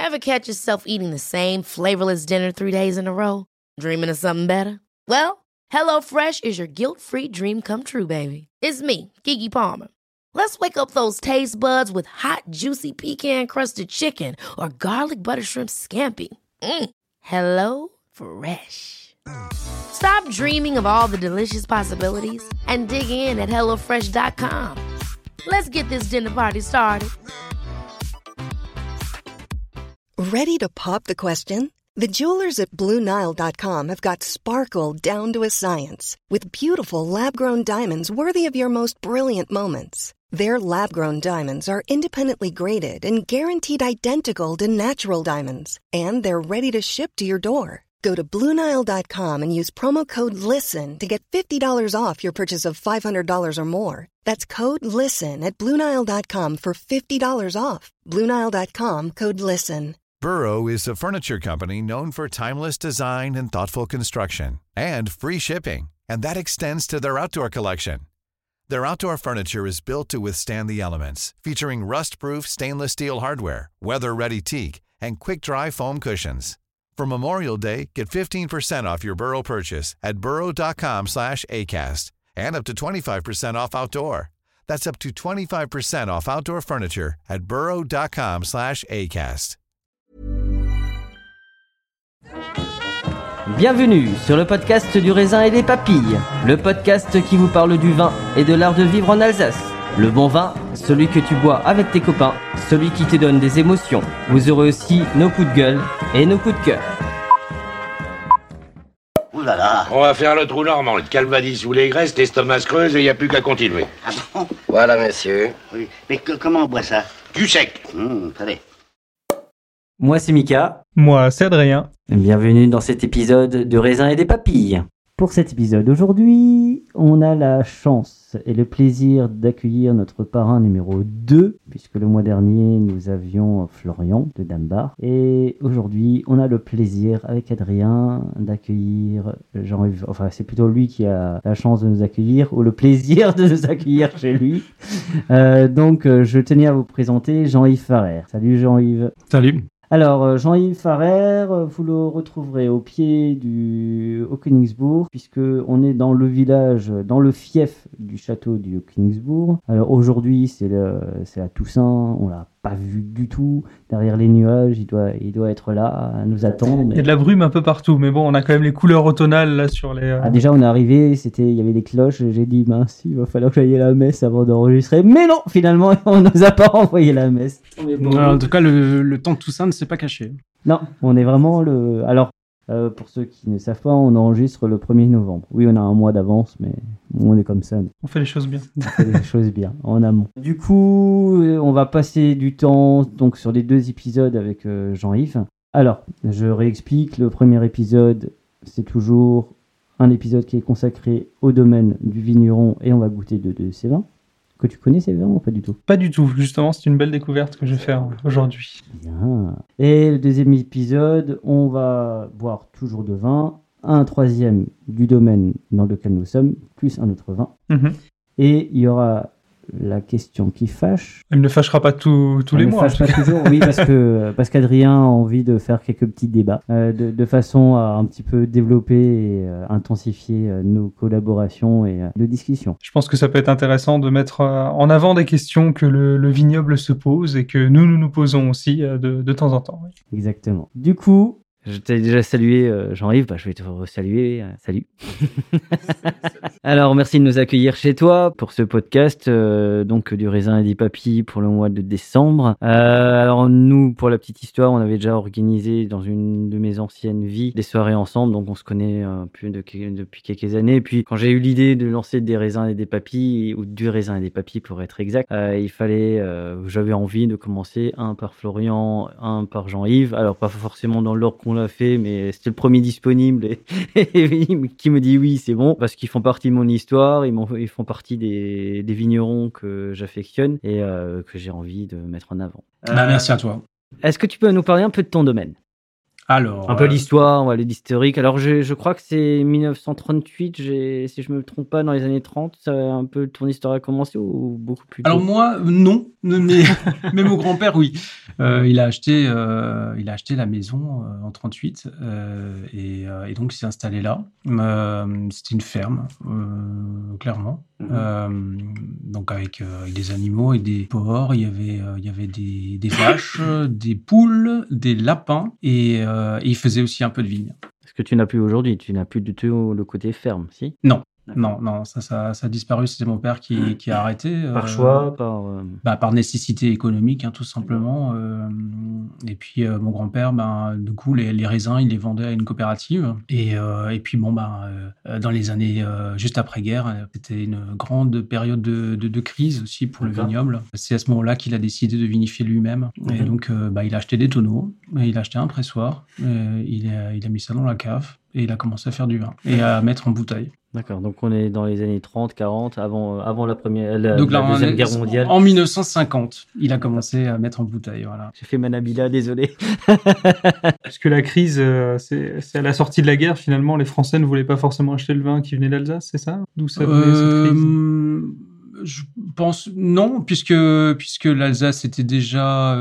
Ever catch yourself eating the same flavorless dinner 3 days in a row? Dreaming of something better? Well, HelloFresh is your guilt-free dream come true, baby. It's me, Keke Palmer. Let's wake up those taste buds with hot, juicy pecan-crusted chicken or garlic butter shrimp scampi. Hello Fresh. Stop dreaming of all the delicious possibilities and dig in at HelloFresh.com. Let's get this dinner party started. Ready to pop the question? The jewelers at BlueNile.com have got sparkle down to a science with beautiful lab-grown diamonds worthy of your most brilliant moments. Their lab-grown diamonds are independently graded and guaranteed identical to natural diamonds, and they're ready to ship to your door. Go to BlueNile.com and use promo code LISTEN to get $50 off your purchase of $500 or more. That's code LISTEN at BlueNile.com for $50 off. BlueNile.com, code LISTEN. Burrow is a furniture company known for timeless design and thoughtful construction, and free shipping, and that extends to their outdoor collection. Their outdoor furniture is built to withstand the elements, featuring rust-proof stainless steel hardware, weather-ready teak, and quick-dry foam cushions. For Memorial Day, get 15% off your Burrow purchase at burrow.com/ACAST and up to 25% off outdoor. That's up to 25% off outdoor furniture at burrow.com/ACAST. Bienvenue sur le podcast du raisin et des papilles, le podcast qui vous parle du vin et de l'art de vivre en Alsace. Le bon vin, celui que tu bois avec tes copains, celui qui te donne des émotions. Vous aurez aussi nos coups de gueule et nos coups de cœur. Ouh là là. On va faire le trou normand, le calvadis ou les graisses, l'estomac se creuse et il n'y a plus qu'à continuer. Ah bon? Voilà, monsieur. Oui. Mais comment on boit ça? Du sec. Allez. Moi c'est Mika. Moi c'est Adrien. Bienvenue dans cet épisode de Raisin et des papilles. Pour cet épisode aujourd'hui, on a la chance et le plaisir d'accueillir notre parrain numéro 2, puisque le mois dernier nous avions Florian de Dambar. Et aujourd'hui, on a le plaisir avec Adrien d'accueillir Jean-Yves. Enfin, c'est plutôt lui qui a la chance de nous accueillir, ou le plaisir de nous accueillir chez lui. Donc, je tenais à vous présenter Jean-Yves Farrer. Salut Jean-Yves. Salut. Alors, Jean-Yves Farrer, vous le retrouverez au pied du Haut-Königsbourg, puisque on est dans le village, dans le fief du château du Haut-Königsbourg. Alors aujourd'hui, c'est la Toussaint, on l'a pas vu du tout. Derrière les nuages, il doit être là, à nous attendre. Il y a de la brume un peu partout, mais bon, on a quand même les couleurs automnales là sur les... Ah, déjà, on est arrivé, il y avait des cloches, j'ai dit, mince, il va falloir que j'aille à la messe avant d'enregistrer. Mais non, finalement, on nous a pas envoyé la messe. Bon, en tout cas, le temps de Toussaint ne s'est pas caché. Non, on est vraiment le... Alors, pour ceux qui ne savent pas, on enregistre le 1er novembre. Oui, on a un mois d'avance, mais on est comme ça. On fait les choses bien. On fait les choses bien, en amont. Du coup, on va passer du temps donc, sur les 2 épisodes avec Jean-Yves. Alors, je réexplique. Le premier épisode, c'est toujours un épisode qui est consacré au domaine du vigneron et on va goûter de ses vins. Que tu connais ces vins ou pas du tout? Pas du tout, justement, c'est une belle découverte que je vais faire aujourd'hui. Bien. Et le deuxième épisode, on va boire toujours de vin, un troisième du domaine dans lequel nous sommes, plus un autre vin. Et il y aura la question qui fâche. Elle ne fâchera pas tous les mois. Elle ne fâche pas toujours, oui, parce qu'Adrien a envie de faire quelques petits débats, de façon à un petit peu développer et intensifier nos collaborations et nos discussions. Je pense que ça peut être intéressant de mettre en avant des questions que le vignoble se pose et que nous posons aussi de temps en temps. Oui. Exactement. Du coup, je t'ai déjà salué, Jean-Yves, je vais te resaluer. Salut. Alors, merci de nous accueillir chez toi pour ce podcast, donc du raisin et des papilles pour le mois de décembre. Alors, nous, pour la petite histoire, on avait déjà organisé dans une de mes anciennes vies des soirées ensemble, donc on se connaît depuis quelques années. Et puis, quand j'ai eu l'idée de lancer des raisins et des papilles, ou du raisin et des papilles pour être exact, j'avais envie de commencer un par Florian, un par Jean-Yves. Alors, pas forcément dans l'ordre qu'on l'a fait, mais c'était le premier disponible et qui me dit oui, c'est bon, parce qu'ils font partie de mon histoire, ils font partie des vignerons que j'affectionne et que j'ai envie de mettre en avant. Merci à toi. Est-ce que tu peux nous parler un peu de ton domaine? Alors, Un peu l'histoire, l'historique. Alors, je crois que c'est 1938, si je me trompe pas, dans les années 30, un peu ton histoire a commencé ou beaucoup plus tôt? Alors moi, non, mais, mais mon grand-père, oui. Il a acheté la maison en 38 et donc il s'est installé là. C'était une ferme, clairement. Donc avec des animaux et des porcs, il y avait des vaches, des poules, des lapins et il faisait aussi un peu de vigne. Ce que tu n'as plus aujourd'hui, tu n'as plus du tout le côté ferme, si? Non. Non, ça a disparu. C'était mon père qui a arrêté. Par choix, par nécessité économique, tout simplement. Et puis mon grand-père, du coup, les raisins, il les vendait à une coopérative. Et puis dans les années juste après-guerre, c'était une grande période de crise aussi pour le vignoble. C'est à ce moment-là qu'il a décidé de vinifier lui-même. Et donc, il a acheté des tonneaux, il a acheté un pressoir, il a mis ça dans la cave. Et il a commencé à faire du vin et à mettre en bouteille. D'accord, donc on est dans les années 30, 40, avant la Donc là, Deuxième Guerre mondiale. En 1950, il a commencé à mettre en bouteille. Voilà. J'ai fait ma Nabila, désolé. Est-ce que la crise, c'est à la sortie de la guerre, finalement, les Français ne voulaient pas forcément acheter le vin qui venait d'Alsace, c'est ça? D'où ça venait cette crise? Je pense non, puisque l'Alsace était déjà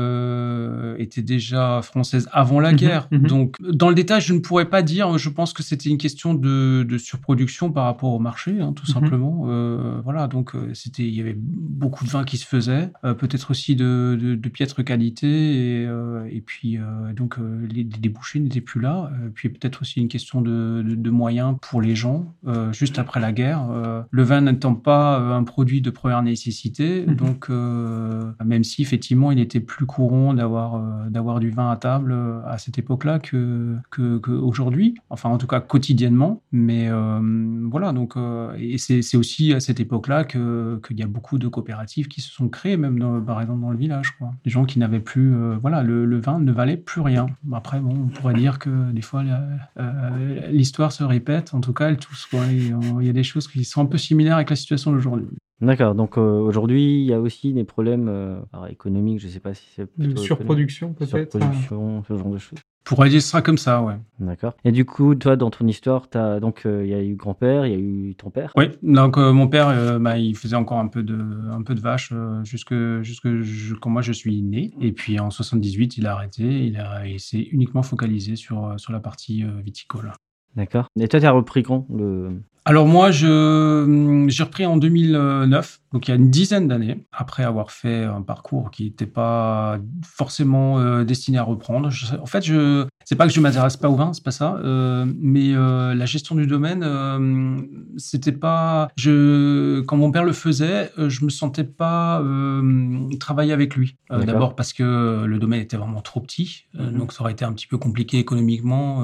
française avant la guerre. Donc, dans le détail, je ne pourrais pas dire. Je pense que c'était une question de surproduction par rapport au marché, tout simplement. Voilà, donc il y avait beaucoup de vins qui se faisaient, peut-être aussi de piètre qualité, et puis donc les débouchés n'étaient plus là. Puis peut-être aussi une question de moyens pour les gens. Juste après la guerre, le vin n'étant pas un produit de première nécessité, donc même si effectivement il était plus courant d'avoir du vin à table à cette époque-là que aujourd'hui, enfin en tout cas quotidiennement, mais voilà, donc et c'est aussi à cette époque-là qu'il y a beaucoup de coopératives qui se sont créées, même par exemple dans le village, quoi. Des gens qui n'avaient plus, voilà, le vin ne valait plus rien. Après, bon, on pourrait dire que des fois l'histoire se répète, en tout cas elle touche, quoi. Il y a des choses qui sont un peu similaires avec la situation d'aujourd'hui. D'accord, donc aujourd'hui, il y a aussi des problèmes économiques, je ne sais pas si c'est de surproduction, peut-être. Surproduction, ce genre de choses. On pourrait dire ça comme ça, ouais. D'accord. Et du coup, toi, dans ton histoire, il y a eu grand-père, il y a eu ton père. Oui, donc mon père, il faisait encore un peu de vache jusque quand moi je suis né. Et puis en 78, il a arrêté. Il s'est uniquement focalisé sur la partie viticole. D'accord. Et toi, tu as repris quand Alors moi, j'ai repris en 2009, donc il y a une dizaine d'années, après avoir fait un parcours qui n'était pas forcément destiné à reprendre. En fait, c'est pas que je m'intéresse pas au vin, c'est pas ça, mais la gestion du domaine, c'était pas. Quand mon père le faisait, je me sentais pas travailler avec lui. D'abord parce que le domaine était vraiment trop petit, donc ça aurait été un petit peu compliqué économiquement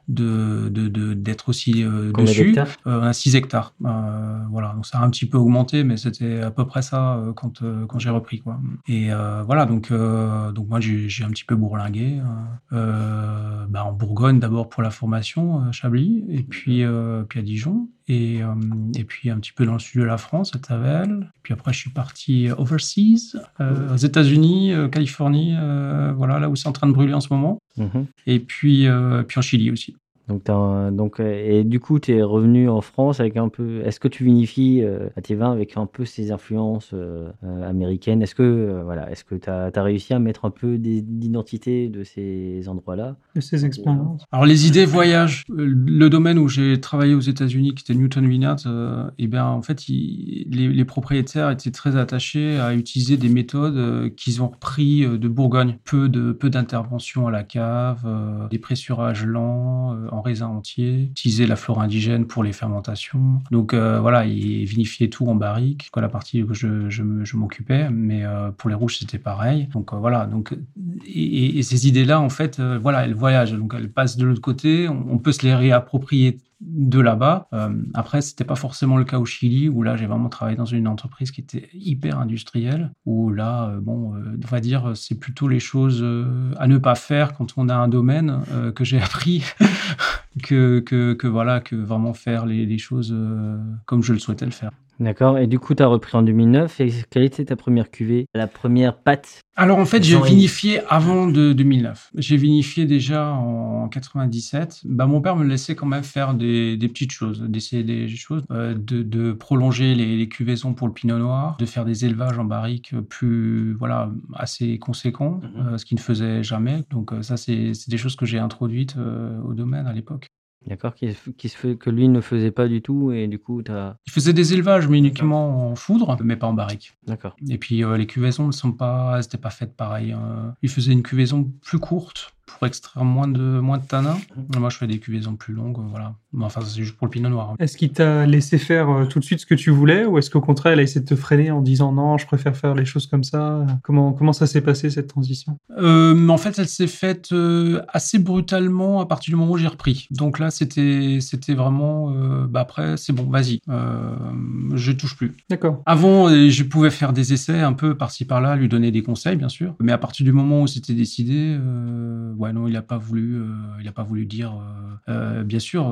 d'être aussi dessus. 6 hectares. Voilà, donc ça a un petit peu augmenté, mais c'était à peu près ça quand j'ai repris, quoi. Et voilà, donc moi j'ai un petit peu bourlingué en Bourgogne d'abord pour la formation, Chablis, et puis à Dijon, et puis un petit peu dans le sud de la France, à Tavel. Et puis après je suis parti overseas, aux États-Unis, Californie, voilà, là où c'est en train de brûler en ce moment. Et puis en Chili aussi. Donc, et du coup, tu es revenu en France avec un peu. Est-ce que tu vinifies à tes vins avec un peu ces influences américaines? Est-ce que tu as réussi à mettre un peu d'identité de ces endroits-là? De ces expériences. Alors, les idées voyagent. Le domaine où j'ai travaillé aux États-Unis, qui était Newton Vineyards, en fait, les propriétaires étaient très attachés à utiliser des méthodes qu'ils ont repris de Bourgogne. Peu d'intervention à la cave, des pressurages lents, en raisin entier, utiliser la flore indigène pour les fermentations. Donc voilà, ils vinifiaient tout en barrique, la partie que je m'occupais, mais pour les rouges c'était pareil. Donc voilà, et ces idées-là en fait, elles voyagent, donc elles passent de l'autre côté, on peut se les réapproprier de là-bas. Après, c'était pas forcément le cas au Chili, où là, j'ai vraiment travaillé dans une entreprise qui était hyper industrielle, où là, on va dire, c'est plutôt les choses à ne pas faire quand on a un domaine que j'ai appris, que vraiment faire les choses comme je le souhaitais le faire. D'accord. Et du coup, tu as repris en 2009. Et quelle était ta première cuvée? La première pâte? Alors en fait, j'ai Sans- vinifié avant de 2009. J'ai vinifié déjà en 97. Bah, mon père me laissait quand même faire des petites choses, d'essayer des choses, de prolonger les cuvaisons pour le pinot noir, de faire des élevages en barrique plus, voilà, assez conséquents, ce qu'il ne faisait jamais. Donc ça, c'est des choses que j'ai introduites au domaine à l'époque. D'accord, que lui ne faisait pas du tout, et du coup, Il faisait des élevages, mais uniquement en foudre, mais pas en barrique. D'accord. Et puis les cuvaisons n'étaient pas faites pareil. Il faisait une cuvaison plus courte pour extraire moins de tanins. Moi, je fais des cuvaisons plus longues, voilà. Mais enfin, c'est juste pour le pinot noir. Est-ce qu'il t'a laissé faire tout de suite ce que tu voulais, ou est-ce qu'au contraire, il a essayé de te freiner en disant non, je préfère faire les choses comme ça? Comment ça s'est passé, cette transition? En fait, elle s'est faite assez brutalement à partir du moment où j'ai repris. Donc là, c'était vraiment, après, c'est bon, vas-y, je touche plus. D'accord. Avant, je pouvais faire des essais un peu par-ci par-là, lui donner des conseils, bien sûr. Mais à partir du moment où c'était décidé, non, il a pas voulu dire. Bien sûr,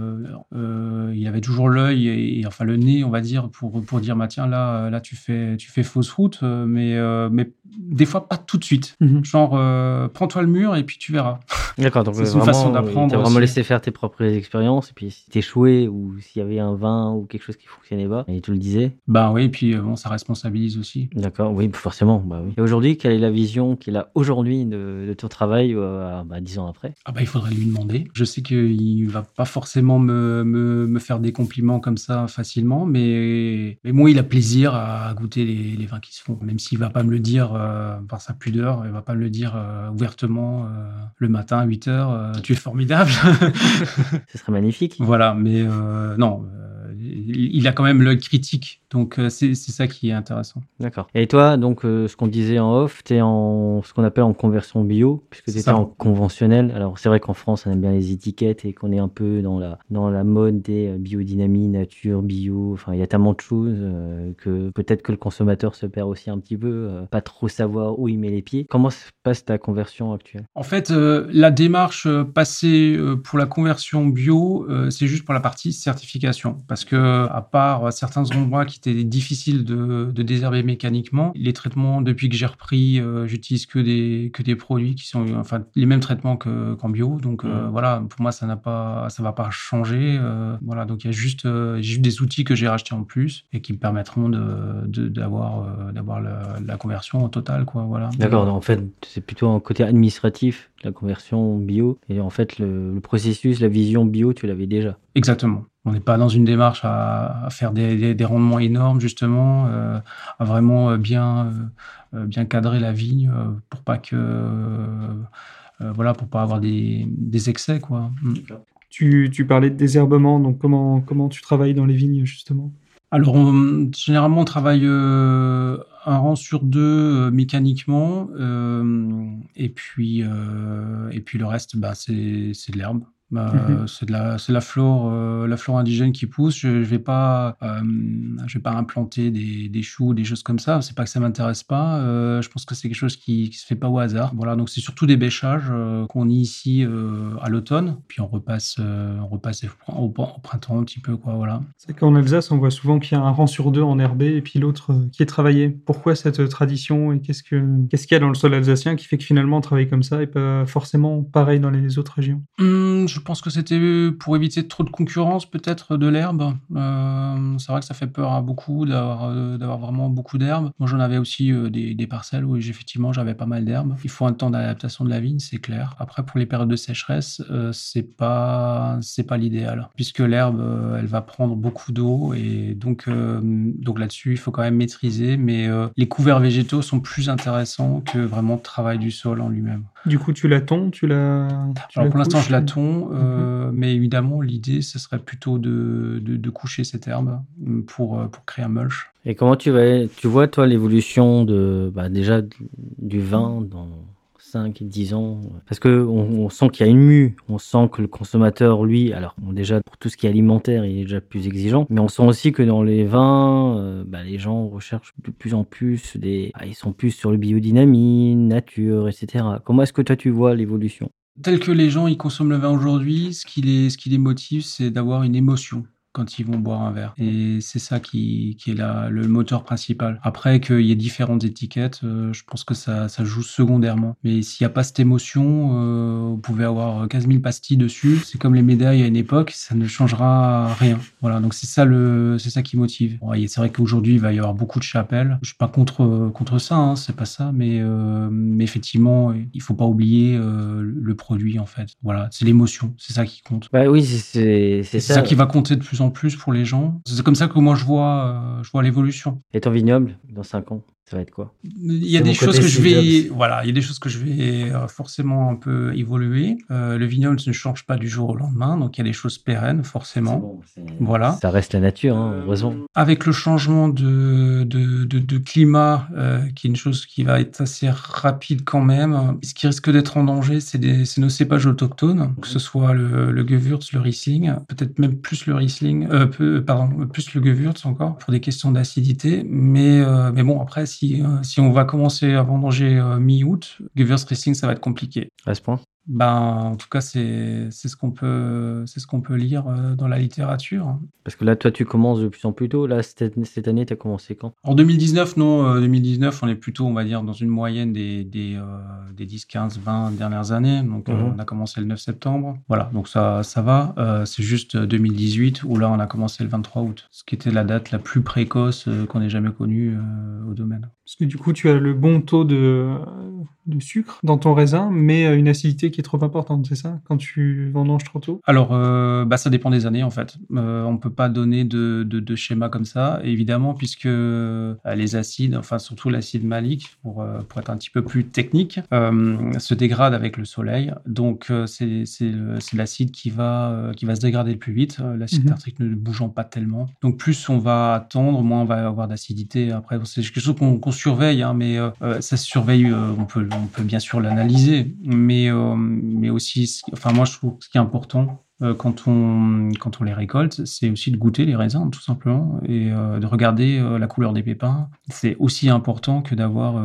il avait toujours l'œil et enfin le nez, on va dire, pour dire, bah tiens, là, tu fais fausse route, mais des fois pas tout de suite. Genre, prends-toi le mur et puis tu verras. D'accord, donc C'est une façon d'apprendre. Tu as vraiment aussi. laissé faire tes propres expériences, et puis si t'échouais ou s'il y avait un vin ou quelque chose qui fonctionnait pas, et tu le disais. Bah oui, et puis ça responsabilise aussi. D'accord, oui, forcément, bah oui. Et aujourd'hui, quelle est la vision qu'il a aujourd'hui de ton travail 10 ans après? Ah bah il faudrait lui demander. Je sais qu'il va pas forcément me faire des compliments comme ça facilement, mais moi il a plaisir à goûter les vins qui se font. Même s'il va pas me le dire par sa pudeur, il va pas me le dire ouvertement le matin à 8h, tu es formidable. Ce serait magnifique. Voilà, mais non, il a quand même l'œil critique, donc c'est ça qui est intéressant. D'accord. Et toi, donc, ce qu'on disait en off, tu es en ce qu'on appelle en conversion bio, puisque tu C'est étais ça. en conventionnel. Alors, c'est vrai qu'en France, on aime bien les étiquettes et qu'on est un peu dans la mode des biodynamie, nature, bio. Enfin, il y a tellement de choses que peut-être que le consommateur se perd aussi un petit peu, pas trop savoir où il met les pieds. Comment se passe ta conversion actuelle? En fait, la démarche passée pour la conversion bio, c'est juste pour la partie certification. Parce que, à part certains endroits qui étaient difficiles de désherber mécaniquement, les traitements, depuis que j'ai repris, j'utilise que des produits qui sont les mêmes traitements qu'en bio. Donc voilà, pour moi, ça va pas changer. Voilà, donc il y a juste des outils que j'ai rachetés en plus et qui me permettront d'avoir la conversion totale, quoi. Voilà. D'accord, donc en fait, c'est plutôt un côté administratif, la conversion bio. Et en fait, le processus, la vision bio, tu l'avais déjà. Exactement. On n'est pas dans une démarche à faire des rendements énormes, justement, à vraiment bien cadrer la vigne pour pas pour pas avoir des excès, quoi. Tu parlais de désherbement, donc comment tu travailles dans les vignes, justement? Alors, généralement, on travaille un rang sur deux mécaniquement, et puis le reste, c'est de l'herbe. C'est de la flore indigène qui pousse. Je vais pas implanter des choux, des choses comme ça. C'est pas que ça m'intéresse pas. Je pense que c'est quelque chose qui se fait pas au hasard. Voilà, donc c'est surtout des bêchages qu'on ici à l'automne, puis on repasse au printemps un petit peu, quoi. Voilà. C'est qu'en Alsace, on voit souvent qu'il y a un rang sur deux enherbé et puis l'autre qui est travaillé. Pourquoi cette tradition, et qu'est-ce qu'il y a dans le sol alsacien qui fait que finalement on travaille comme ça et pas forcément pareil dans les autres régions? Je pense que c'était pour éviter trop de concurrence, peut-être, de l'herbe. C'est vrai que ça fait peur à beaucoup d'avoir vraiment beaucoup d'herbe. Moi, j'en avais aussi des parcelles où effectivement j'avais pas mal d'herbe. Il faut un temps d'adaptation de la vigne, c'est clair. Après, pour les périodes de sécheresse, c'est pas l'idéal, puisque l'herbe, elle va prendre beaucoup d'eau, et donc là-dessus, il faut quand même maîtriser. Mais les couverts végétaux sont plus intéressants que vraiment le travail du sol en lui-même. Du coup, tu la tonds, Alors pour l'instant, je la tonds, mais évidemment, l'idée, ce serait plutôt de coucher cette herbe pour créer un mulch. Et comment tu vois, toi, l'évolution déjà du vin dans 5, 10 ans? Parce qu'on sent qu'il y a une mue, on sent que le consommateur, lui, alors déjà pour tout ce qui est alimentaire, il est déjà plus exigeant, mais on sent aussi que dans les vins, les gens recherchent de plus en plus ils sont plus sur le biodynamie, nature, etc. Comment est-ce que toi tu vois l'évolution? Tel que les gens ils consomment le vin aujourd'hui, ce qui les motive, c'est d'avoir une émotion. quand ils vont boire un verre. Et c'est ça qui est le moteur principal. Après, qu'il y ait différentes étiquettes, je pense que ça joue secondairement. Mais s'il n'y a pas cette émotion, vous pouvez avoir 15 000 pastilles dessus. C'est comme les médailles à une époque, ça ne changera rien. Voilà, donc c'est ça qui motive. Bon, c'est vrai qu'aujourd'hui, il va y avoir beaucoup de chapelles. Je suis pas contre ça, hein, c'est pas ça, mais effectivement, il faut pas oublier le produit, en fait. Voilà, c'est l'émotion, c'est ça qui compte. Bah oui, c'est ça qui va compter de plus en plus pour les gens. C'est comme ça que moi je vois l'évolution. Et ton vignoble, dans 5 ans, ça va être quoi? Il y a des choses que je vais forcément un peu évoluer. Le vignoble ne change pas du jour au lendemain, donc il y a des choses pérennes, forcément. Voilà. Ça reste la nature, hein, heureusement. Avec le changement de climat, qui est une chose qui va être assez rapide quand même, ce qui risque d'être en danger, c'est nos cépages autochtones, que ce soit le Gewürz, le Riesling, peut-être même plus le Riesling, plus le Gewürz encore, pour des questions d'acidité. Mais bon, après, si on va commencer à vendanger mi-août, Gewürz Riesling, ça va être compliqué. À ce point? En tout cas, c'est ce qu'on peut lire dans la littérature. Parce que là, toi, tu commences de plus en plus tôt. Là, cette année, tu as commencé quand? En 2019, non. 2019, on est plutôt, on va dire, dans une moyenne des 10, 15, 20 dernières années. Donc, on a commencé le 9 septembre. Voilà, donc ça va. C'est juste 2018 où là, on a commencé le 23 août, ce qui était la date la plus précoce qu'on ait jamais connue au domaine. Parce que du coup, tu as le bon taux de sucre dans ton raisin, mais une acidité qui est trop importante, c'est ça, quand tu vendanges trop tôt? Alors, ça dépend des années, en fait. On peut pas donner de schéma comme ça, évidemment, puisque les acides, enfin surtout l'acide malique, pour être un petit peu plus technique, se dégrade avec le soleil. Donc, c'est l'acide qui va se dégrader le plus vite, l'acide tartrique ne bougeant pas tellement. Donc, plus on va attendre, moins on va avoir d'acidité. Après, c'est quelque chose qu'on surveille, hein, mais ça se surveille, on peut bien sûr l'analyser, mais aussi, enfin moi je trouve que ce qui est important quand on les récolte, c'est aussi de goûter les raisins tout simplement et de regarder la couleur des pépins. C'est aussi important que d'avoir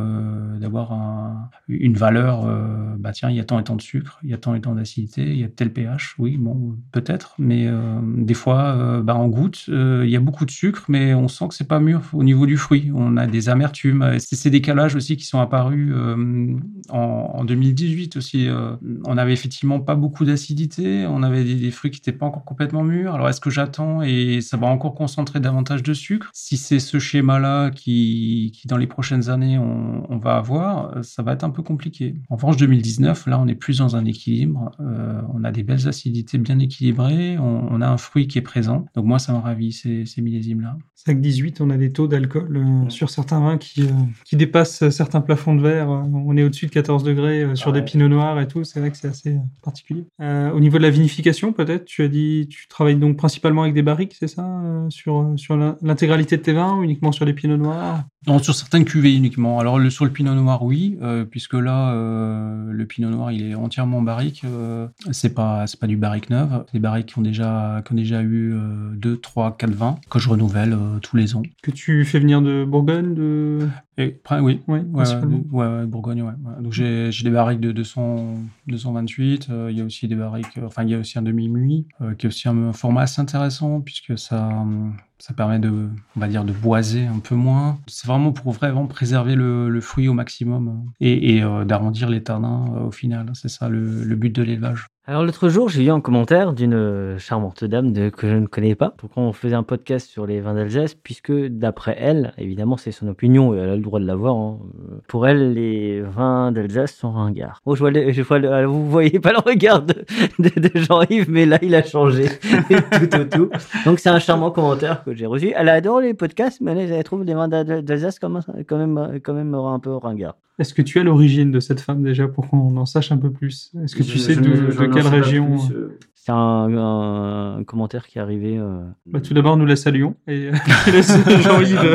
une valeur. Tiens, il y a tant et tant de sucre, il y a tant et tant d'acidité, il y a tel pH. Oui, bon, peut-être, mais des fois, on goûte. Il y a beaucoup de sucre, mais on sent que c'est pas mûr au niveau du fruit. On a des amertumes. C'est ces décalages aussi qui sont apparus en 2018 aussi. On avait effectivement pas beaucoup d'acidité. On avait des fruits qui n'étaient pas encore complètement mûrs. Alors, est-ce que j'attends et ça va encore concentrer davantage de sucre? Si c'est ce schéma-là qui dans les prochaines années, on va avoir, ça va être un peu compliqué. En revanche, 2019, là, on est plus dans un équilibre. On a des belles acidités bien équilibrées. On a un fruit qui est présent. Donc, moi, ça me ravit, ces millésimes-là. C'est que 18, on a des taux d'alcool sur certains vins qui dépassent certains plafonds de verre. On est au-dessus de 14 degrés sur des pinots noirs et tout. C'est vrai que c'est assez particulier. Au niveau de la vinification, peut-être, tu as dit, tu travailles donc principalement avec des barriques, c'est ça, sur l'intégralité de tes vins ou uniquement sur les pinots noirs? Non, sur certaines cuvées uniquement. Alors sur le pinot noir, oui, puisque là, le pinot noir, il est entièrement en barrique. C'est pas du barrique neuve. C'est des barriques qui ont déjà eu 2, 3, 4 vins que je renouvelle tous les ans. Que tu fais venir de Bourgogne, Oui, Bourgogne, ouais. Donc j'ai des barriques de 228. Il y a aussi des barriques, il y a aussi un demi-muit, qui est aussi un format assez intéressant puisque ça permet de boiser un peu moins. C'est vraiment pour vraiment préserver le fruit au maximum et d'arrondir les tanins au final. C'est ça le but de l'élevage. Alors l'autre jour, j'ai eu un commentaire d'une charmante dame que je ne connais pas. Donc on faisait un podcast sur les vins d'Alsace, puisque d'après elle, évidemment c'est son opinion et elle a le droit de l'avoir, hein. Pour elle, les vins d'Alsace sont ringards. Bon, vous voyez pas le regard de Jean-Yves, mais là il a changé tout. Donc c'est un charmant commentaire que j'ai reçu. Elle adore les podcasts, mais elle trouve les vins d'Alsace quand même un peu ringards. Est-ce que tu as l'origine de cette femme déjà pour qu'on en sache un peu plus? Est-ce que tu sais de quelle région? C'est un commentaire qui est arrivé. Tout d'abord, nous la saluons et laisse Jean-Yves.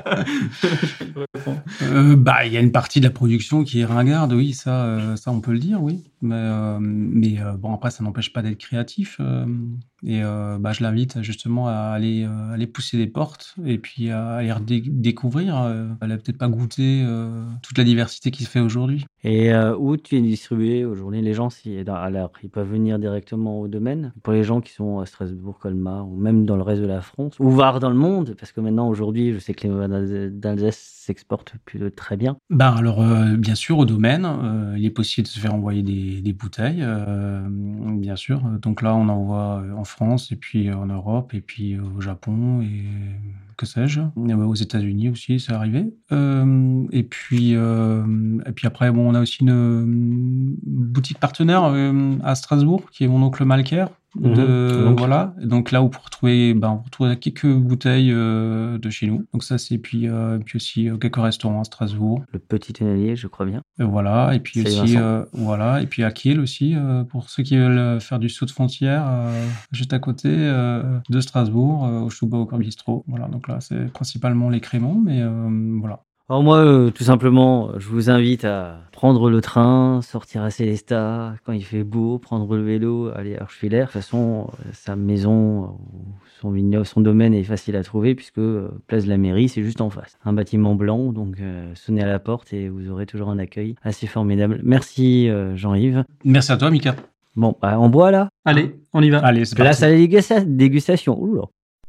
Il y a une partie de la production qui est ringarde, oui, ça on peut le dire, oui. Mais après, ça n'empêche pas d'être créatif. Et je l'invite justement à aller pousser des portes et puis à aller découvrir. Elle a peut-être pas goûté toute la diversité qui se fait aujourd'hui. Et où tu es distribué aujourd'hui? Les gens, alors, ils peuvent venir directement au domaine. Pour les gens qui sont à Strasbourg, Colmar, ou même dans le reste de la France, ou voire dans le monde, parce que maintenant, aujourd'hui, je sais que les vins d'Alsace s'exportent plutôt très bien. Alors, bien sûr, au domaine, il est possible de se faire envoyer des bouteilles, bien sûr. Donc là, on envoie en France, et puis en Europe, et puis au Japon, et que sais-je. Aux États-Unis aussi, c'est arrivé. Et puis après, on a aussi une boutique partenaire à Strasbourg, qui est mon oncle Malker. Voilà. Donc là, on peut retrouver quelques bouteilles de chez nous. Donc ça, c'est puis aussi quelques restaurants à Strasbourg. Le Petit Tonnelier, je crois bien. Voilà. Et puis Salut aussi, Vincent. et puis à Kiel aussi, pour ceux qui veulent faire du saut de frontière, juste à côté de Strasbourg, au Stubauer Bistro. Voilà. Donc là, c'est principalement les créments, mais voilà. Alors moi, tout simplement, je vous invite à prendre le train, sortir à Célestat quand il fait beau, prendre le vélo, aller à Orschwiller. De toute façon, sa maison, son vignoble, son domaine est facile à trouver puisque place de la mairie, c'est juste en face. Un bâtiment blanc, donc sonnez à la porte et vous aurez toujours un accueil assez formidable. Merci Jean-Yves. Merci à toi, Mika. Bon, on boit là? Allez, on y va. Allez, c'est Place parti. à la dégustation. Oula.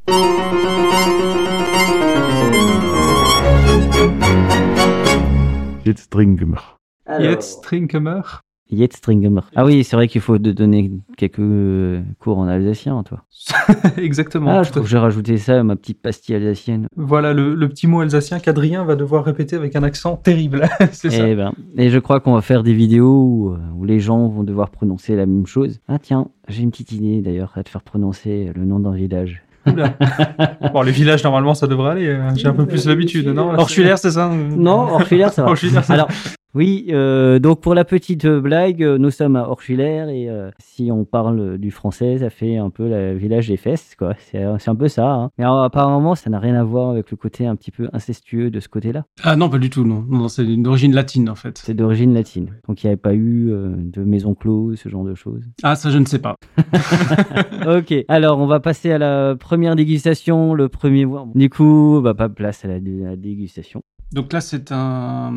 Jetzt trinken wir. Jetzt trinken wir. Jetzt trinken wir. Ah oui, c'est vrai qu'il faut te donner quelques cours en alsacien, toi. Exactement. Ah, je trouve que j'ai rajouté ça à ma petite pastille alsacienne. Voilà le petit mot alsacien qu'Adrien va devoir répéter avec un accent terrible. C'est ça. Et je crois qu'on va faire des vidéos où les gens vont devoir prononcer la même chose. Ah tiens, j'ai une petite idée d'ailleurs à te faire prononcer le nom d'un village. Oula. Bon, les villages, normalement, ça devrait aller. J'ai un peu plus l'habitude, non? Orschwiller, c'est ça? Non, Orschwiller, ça va. Orschwiller, ça va. Alors, oui, donc pour la petite blague, nous sommes à Orschwiller et si on parle du français, ça fait un peu le village des fesses, quoi. C'est un peu ça. Hein. Mais alors, apparemment, ça n'a rien à voir avec le côté un petit peu incestueux de ce côté-là. Ah non, pas du tout, non. Non, c'est d'origine latine, en fait. C'est d'origine latine. Donc, il n'y avait pas eu de maison close, ce genre de choses. Ah, ça, je ne sais pas. Ok, alors on va passer à la première dégustation, le premier... Du coup, pas place à la dégustation. Donc là, c'est un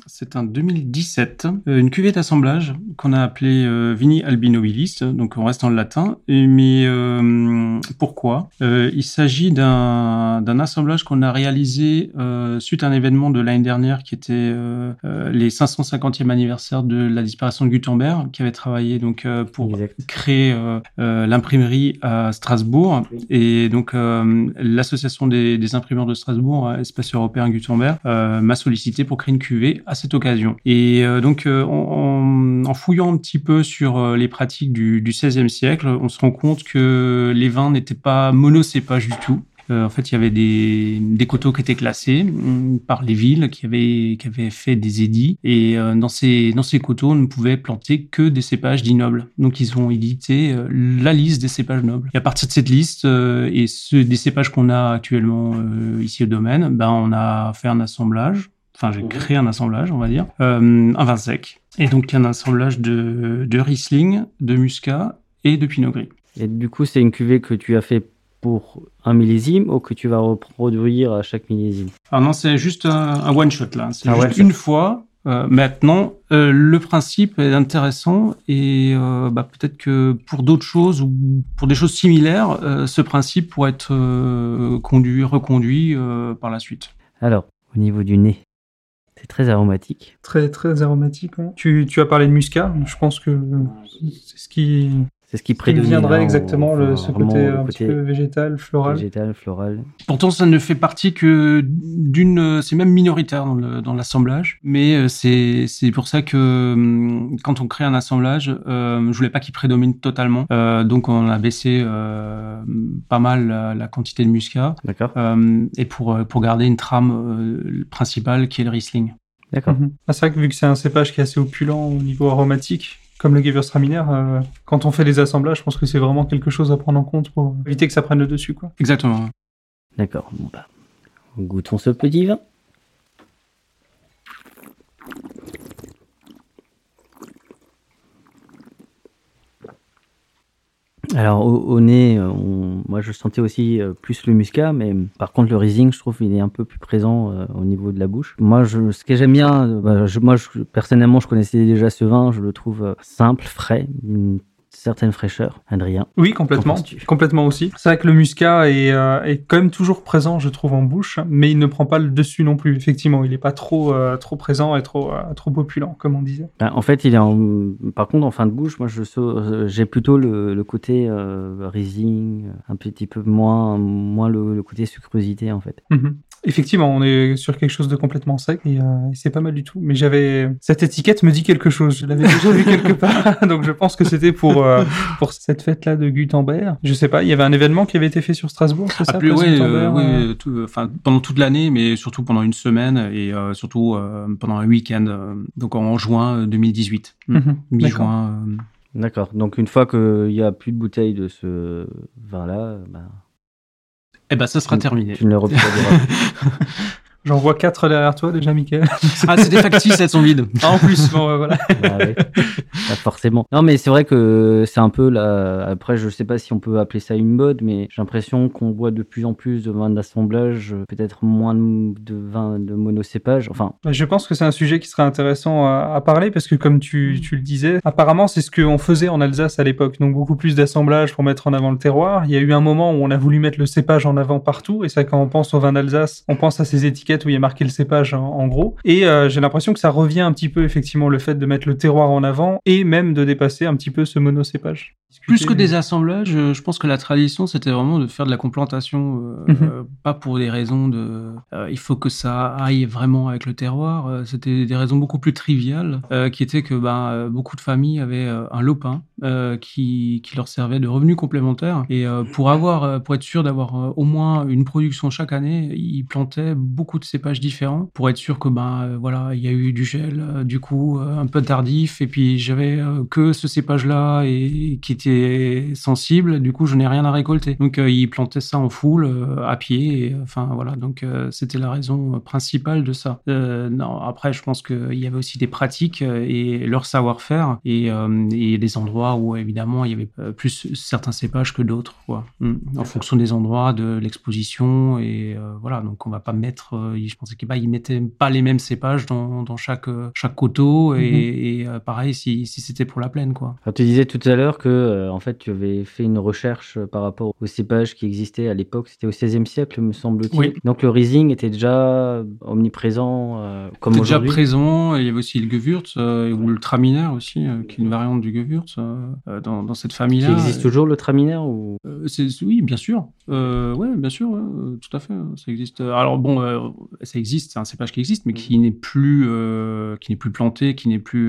2017, une cuvée d'assemblage qu'on a appelée Vini Albinobilis, donc on reste en latin. Mais pourquoi il s'agit d'un assemblage qu'on a réalisé suite à un événement de l'année dernière qui était les 550e anniversaire de la disparition de Gutenberg, qui avait travaillé donc pour créer l'imprimerie à Strasbourg. Et donc l'association des imprimeurs de Strasbourg, Espace Européen Gutenberg, m'a sollicité pour créer une cuvée à cette occasion. Et donc, en fouillant un petit peu sur les pratiques du XVIe siècle, on se rend compte que les vins n'étaient pas monocépages du tout. En fait, il y avait des coteaux qui étaient classés par les villes qui avaient fait des édits. Et dans ces coteaux, on ne pouvait planter que des cépages dits nobles. Donc, ils ont édité la liste des cépages nobles. Et à partir de cette liste et des cépages qu'on a actuellement ici au domaine, on a fait un assemblage. Enfin, j'ai créé un assemblage, on va dire, un vin sec. Et donc, un assemblage de Riesling, de Muscat et de Pinot Gris. Et du coup, c'est une cuvée que tu as fait pour un millésime ou que tu vas reproduire à chaque millésime? Ah non, c'est juste un one-shot là. C'est juste une fois. Maintenant, le principe est intéressant et peut-être que pour d'autres choses ou pour des choses similaires, ce principe pourrait être reconduit par la suite. Alors, au niveau du nez, c'est très aromatique. Très, très aromatique. Ouais. Tu as parlé de muscat. Je pense que c'est ce qui... C'est ce qui prédominerait exactement, ce côté un petit peu végétal, floral. Végétal, floral. Pourtant, ça ne fait partie que c'est même minoritaire dans l'assemblage. Mais c'est pour ça que quand on crée un assemblage, je voulais pas qu'il prédomine totalement. Donc, on a baissé pas mal la quantité de muscat. D'accord. Et pour garder une trame principale qui est le Riesling. D'accord. Mm-hmm. C'est vrai que vu que c'est un cépage qui est assez opulent au niveau aromatique, comme le Gewürztraminer, quand on fait des assemblages, je pense que c'est vraiment quelque chose à prendre en compte pour éviter que ça prenne le dessus, quoi. Exactement. D'accord. Bon, goûtons ce petit vin. Alors au nez, moi je sentais aussi plus le muscat, mais par contre le Riesling, je trouve, il est un peu plus présent au niveau de la bouche. Moi, ce que j'aime bien, personnellement, je connaissais déjà ce vin, je le trouve simple, frais, une certaine fraîcheur. Adrien. Oui, complètement. Complètement aussi. C'est vrai que le muscat est quand même toujours présent, je trouve, en bouche, mais il ne prend pas le dessus non plus. Effectivement, il n'est pas trop présent et trop opulent, comme on disait. En fait, par contre, en fin de bouche, moi, j'ai plutôt le côté Riesling, un petit peu moins le côté sucrosité, en fait. Mm-hmm. Effectivement, on est sur quelque chose de complètement sec et c'est pas mal du tout. Mais cette étiquette me dit quelque chose. Je l'avais déjà vu quelque part, donc je pense que c'était pour cette fête-là de Gutenberg. Je sais pas, il y avait un événement qui avait été fait sur Strasbourg, c'est ça? Oui, pendant toute l'année, mais surtout pendant une semaine et surtout pendant un week-end, donc en juin 2018, mi-juin. D'accord. Donc une fois qu'il y a plus de bouteilles de ce vin-là, ça sera terminé. Tu ne le reproduiras. J'en vois 4 derrière toi déjà, Mickaël. Ah, c'est des factices, elles sont vides. En plus, bon, voilà. Ah, oui. Pas forcément. Non, mais c'est vrai que c'est un peu là. Après, je sais pas si on peut appeler ça une mode, mais j'ai l'impression qu'on voit de plus en plus de vins d'assemblage, peut-être moins de vins de monocépage. Enfin. Je pense que c'est un sujet qui serait intéressant à parler parce que, comme tu le disais, apparemment, c'est ce qu'on faisait en Alsace à l'époque. Donc, beaucoup plus d'assemblage pour mettre en avant le terroir. Il y a eu un moment où on a voulu mettre le cépage en avant partout. Et ça, quand on pense au vin d'Alsace, on pense à ces étiquettes où il y a marqué le cépage en gros. Et j'ai l'impression que ça revient un petit peu, effectivement, le fait de mettre le terroir en avant et même de dépasser un petit peu ce monocépage. Plus que des assemblages, je pense que la tradition, c'était vraiment de faire de la complantation, pas pour des raisons il faut que ça aille vraiment avec le terroir. C'était des raisons beaucoup plus triviales, qui étaient que beaucoup de familles avaient un lopin qui leur servait de revenu complémentaire. Et pour être sûr d'avoir au moins une production chaque année, ils plantaient beaucoup de cépages différents pour être sûr que il y a eu du gel, du coup un peu tardif, et puis j'avais que ce cépage-là et qui était sensible, du coup je n'ai rien à récolter. Donc ils plantaient ça en foule, à pied, et, donc c'était la raison principale de ça. Non, après je pense qu'il y avait aussi des pratiques et leur savoir-faire et des endroits où évidemment il y avait plus certains cépages que d'autres, quoi. En fonction des endroits, de l'exposition, et donc on va pas mettre, je pensais qu'ils mettaient pas les mêmes cépages dans chaque coteau, et pareil si c'était pour la plaine, quoi. Alors, tu disais tout à l'heure que en fait, tu avais fait une recherche par rapport aux cépages qui existaient à l'époque. C'était au XVIe siècle, me semble-t-il. Oui. Donc le Riesling était déjà omniprésent comme aujourd'hui. Déjà présent. Il y avait aussi le Gewürz ou le Traminer aussi, qui est une variante du Gewürz dans cette famille-là. Qui existe toujours, le Traminer ou... Oui, bien sûr. Oui, bien sûr, tout à fait. Ça existe. Alors bon, ça existe, c'est un cépage qui existe, mais qui n'est plus planté, qui n'est plus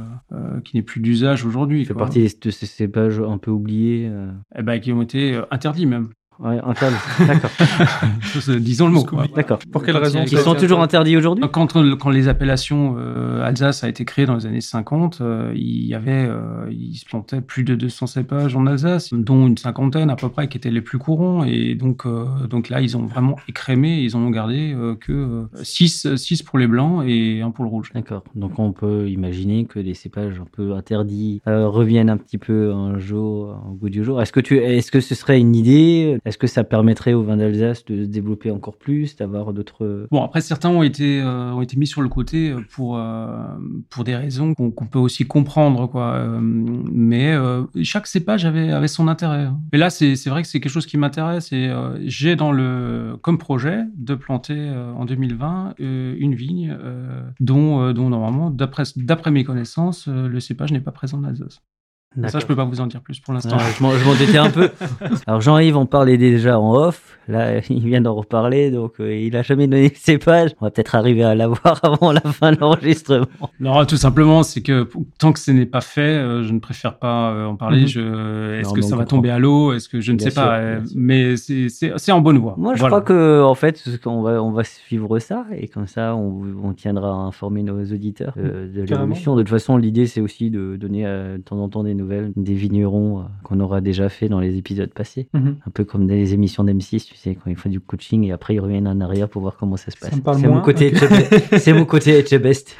d'usage aujourd'hui. Il fait partie de ces cépages un peu oubliés. Qui ont été interdits même. Ouais, interdits. D'accord. Disons le mot. Quoi. D'accord. Pour quelle raison? Ils sont toujours interdits aujourd'hui? Quand les appellations Alsace a été créée dans les années 50, il se plantait plus de 200 cépages en Alsace, dont une cinquantaine à peu près qui étaient les plus courants. Et donc là, ils ont vraiment écrémé, ils en ont gardé que 6 pour les blancs et 1 pour le rouge. D'accord. Donc on peut imaginer que des cépages un peu interdits reviennent un petit peu un jour, au goût du jour. Est-ce que ce serait une idée? Est-ce que ça permettrait au vin d'Alsace de se développer encore plus, d'avoir d'autres... Bon, après, certains ont été mis sur le côté pour des raisons qu'on peut aussi comprendre, quoi. Mais chaque cépage avait son intérêt. Et là, c'est vrai que c'est quelque chose qui m'intéresse. Et j'ai comme projet de planter en 2020 une vigne dont normalement, d'après mes connaissances, le cépage n'est pas présent en Alsace. Ça, je peux pas vous en dire plus pour l'instant. Je m'en détais un peu. Alors Jean-Yves en parlait déjà en off. Là, il vient d'en reparler, donc il a jamais donné de cépage. On va peut-être arriver à l'avoir avant la fin de l'enregistrement. Non, tout simplement, c'est que tant que ce n'est pas fait, je ne préfère pas en parler. Est-ce que ça va tomber à l'eau? Est-ce que je ne sais pas? Mais c'est en bonne voie. Moi, je crois que en fait, on va suivre ça, et comme ça, on tiendra à informer nos auditeurs de l'évolution. De toute façon, l'idée, c'est aussi de donner de temps en temps des nouvelles des vignerons qu'on aura déjà fait dans les épisodes passés. Un peu comme des émissions d'M6, tu sais, quand ils font du coaching et après ils reviennent en arrière pour voir comment ça se passe. C'est mon côté c'est mon côté Etchebest.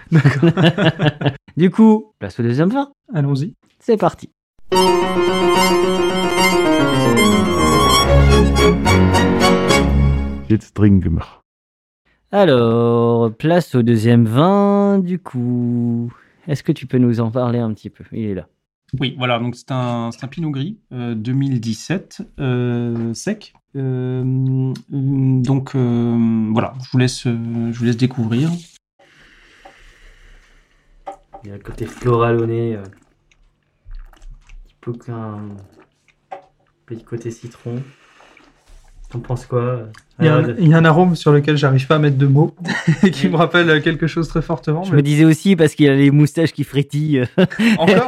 Du coup, place au deuxième vin. Allons-y. C'est parti. Jetzt trinken wir. Alors, place au deuxième vin, du coup. Est-ce que tu peux nous en parler un petit peu? Il est là. Oui, voilà, donc c'est un Pinot Gris 2017 sec. Donc voilà, je vous laisse découvrir. Il y a le côté floral au nez. Petit peu qu'un petit côté citron. T'en penses quoi? Il y a un arôme sur lequel j'arrive pas à mettre de mots, qui me rappelle quelque chose très fortement. Je me disais aussi parce qu'il a les moustaches qui frétillent. Encore.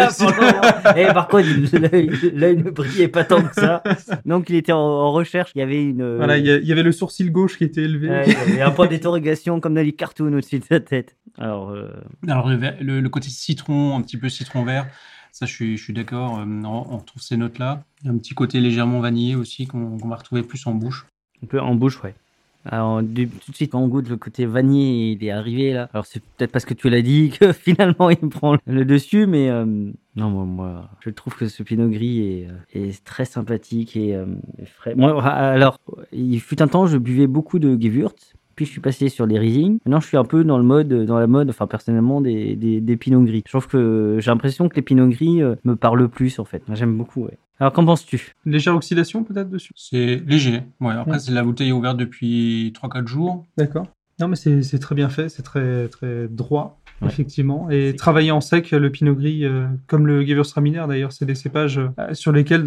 Par contre, l'œil ne brillait pas tant que ça. Donc il était en recherche. Il y avait une. Voilà, il y avait le sourcil gauche qui était élevé. Il y avait un point d'interrogation comme dans les cartoons au-dessus de sa tête. Alors le côté citron, un petit peu citron vert. Ça, je suis d'accord. On retrouve ces notes-là. Il y a un petit côté légèrement vanillé aussi qu'on va retrouver plus en bouche. Un peu en bouche, ouais. Alors, tout de suite, quand on goûte le côté vanille, il est arrivé là. Alors, c'est peut-être parce que tu l'as dit que finalement, il prend le dessus, mais non, moi, je trouve que ce Pinot Gris est très sympathique et frais. Moi, alors, il fut un temps, je buvais beaucoup de Gewürz. Puis je suis passé sur les Riesling. Maintenant, je suis un peu dans la mode, enfin personnellement, des Pinot Gris. Je trouve que j'ai l'impression que les Pinot Gris me parlent plus en fait. Moi, j'aime beaucoup. Ouais. Alors, qu'en penses-tu? Légère oxydation peut-être dessus? C'est léger. Ouais. Après, c'est la bouteille est ouverte depuis 3-4 jours. D'accord. Non, mais c'est très bien fait. C'est très très droit. Ouais. Effectivement. Et travailler en sec, le Pinot Gris, comme le Gewürztraminer d'ailleurs, c'est des cépages sur lesquels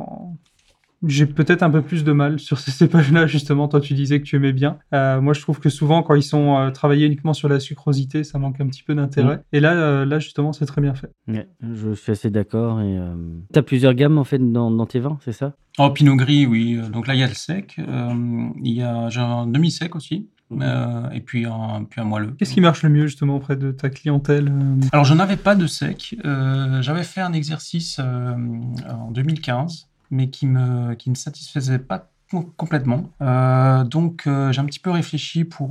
j'ai peut-être un peu plus de mal sur ces cépages-là, justement. Toi, tu disais que tu aimais bien. Moi, je trouve que souvent, quand ils sont travaillés uniquement sur la sucrosité, ça manque un petit peu d'intérêt. Et là, justement, c'est très bien fait. Ouais, je suis assez d'accord. Et tu as plusieurs gammes, en fait, dans tes vins, c'est ça? Oh, Pinot Gris, oui. Donc là, il y a le sec. J'ai un demi-sec aussi. Et puis un moelleux. Qu'est-ce qui marche le mieux, justement, auprès de ta clientèle? Alors, je n'avais pas de sec. J'avais fait un exercice en 2015. Mais qui ne satisfaisait pas complètement. Donc, j'ai un petit peu réfléchi pour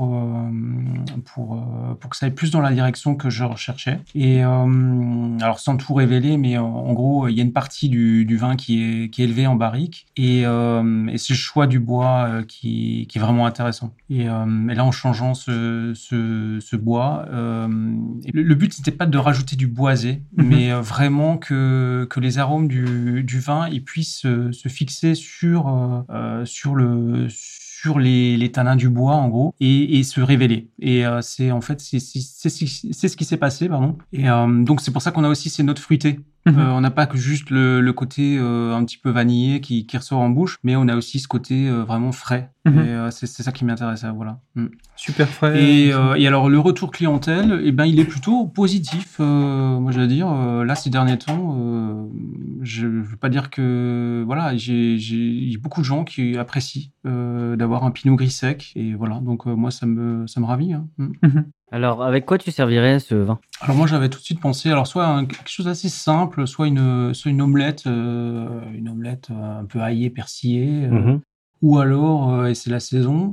que ça aille plus dans la direction que je recherchais. Et alors, sans tout révéler, mais en gros, il y a une partie du vin qui est élevée en barrique. Et c'est le choix du bois qui est vraiment intéressant. Et là, en changeant ce bois, le but, c'était pas de rajouter du boisé, mais vraiment que les arômes du vin ils puissent se fixer sur les tanins du bois en gros et se révéler. Et c'est ce qui s'est passé, pardon. Et donc c'est pour ça qu'on a aussi ces notes fruitées. On n'a pas que juste le côté un petit peu vanillé qui ressort en bouche, mais on a aussi ce côté vraiment frais. Et c'est ça qui m'intéressait, voilà. Super frais. Et alors le retour clientèle, il est plutôt positif. Moi, je veux dire, là ces derniers temps, je veux pas dire que voilà, j'ai beaucoup de gens qui apprécient d'avoir un Pinot Gris sec. Et voilà, donc moi ça me ravit. Hein. Alors, avec quoi tu servirais ce vin? Alors moi, j'avais tout de suite pensé, alors soit quelque chose d'assez simple, soit une omelette, un peu aillée, persillée, ou alors, et c'est la saison,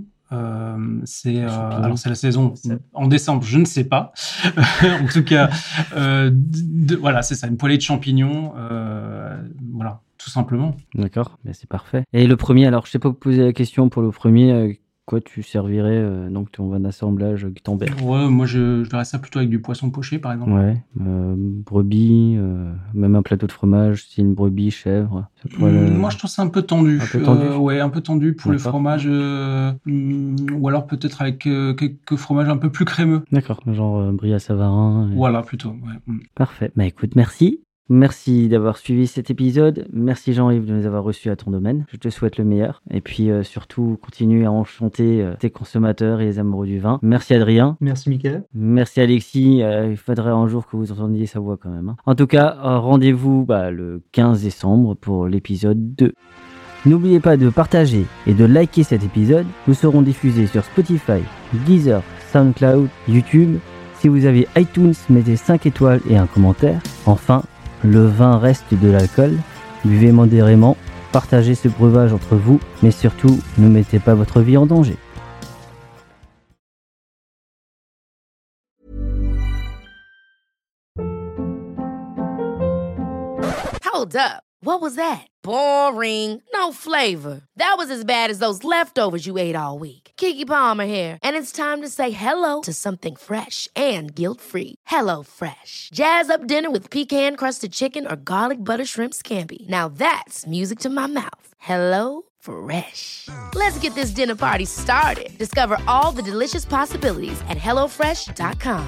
alors c'est la saison en décembre, je ne sais pas. En tout cas, voilà, c'est ça, une poêlée de champignons, voilà, tout simplement. D'accord, mais c'est parfait. Et le premier, alors je sais pas vous poser la question pour le premier. Quoi tu servirais donc ton vin d'assemblage Gutenberg? Ouais, moi je verrais ça plutôt avec du poisson poché par exemple. Ouais, brebis, même un plateau de fromage, si une brebis, chèvre. Moi je trouve ça un peu tendu. Un peu tendu ouais, un peu tendu pour le fromage, ou alors peut-être avec quelques fromages un peu plus crémeux. D'accord, genre brie à Savarin. Voilà, plutôt. Ouais. Parfait. Bah écoute, merci. Merci d'avoir suivi cet épisode. Merci Jean-Yves de nous avoir reçus à ton domaine. Je te souhaite le meilleur. Et puis surtout, continue à enchanter tes consommateurs et les amoureux du vin. Merci Adrien. Merci Mickaël. Merci Alexis. Il faudrait un jour que vous entendiez sa voix quand même. Hein. En tout cas, rendez-vous le 15 décembre pour l'épisode 2. N'oubliez pas de partager et de liker cet épisode. Nous serons diffusés sur Spotify, Deezer, SoundCloud, YouTube. Si vous avez iTunes, mettez 5 étoiles et un commentaire. Enfin, le vin reste de l'alcool, buvez modérément, partagez ce breuvage entre vous, mais surtout, ne mettez pas votre vie en danger. Hold up. What was that? Boring. No flavor. That was as bad as those leftovers you ate all week. Keke Palmer here, and it's time to say hello to something fresh and guilt-free. Hello Fresh. Jazz up dinner with pecan-crusted chicken or garlic butter shrimp scampi. Now that's music to my mouth. Hello Fresh. Let's get this dinner party started. Discover all the delicious possibilities at hellofresh.com.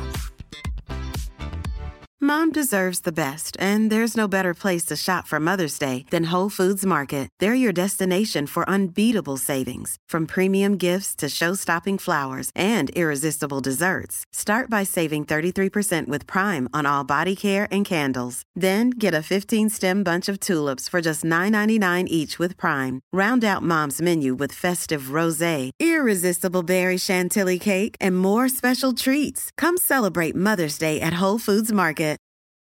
Mom deserves the best, and there's no better place to shop for Mother's Day than Whole Foods Market. They're your destination for unbeatable savings, from premium gifts to show-stopping flowers and irresistible desserts. Start by saving 33% with Prime on all body care and candles. Then get a 15-stem bunch of tulips for just $9.99 each with Prime. Round out Mom's menu with festive rosé, irresistible berry chantilly cake, and more special treats. Come celebrate Mother's Day at Whole Foods Market.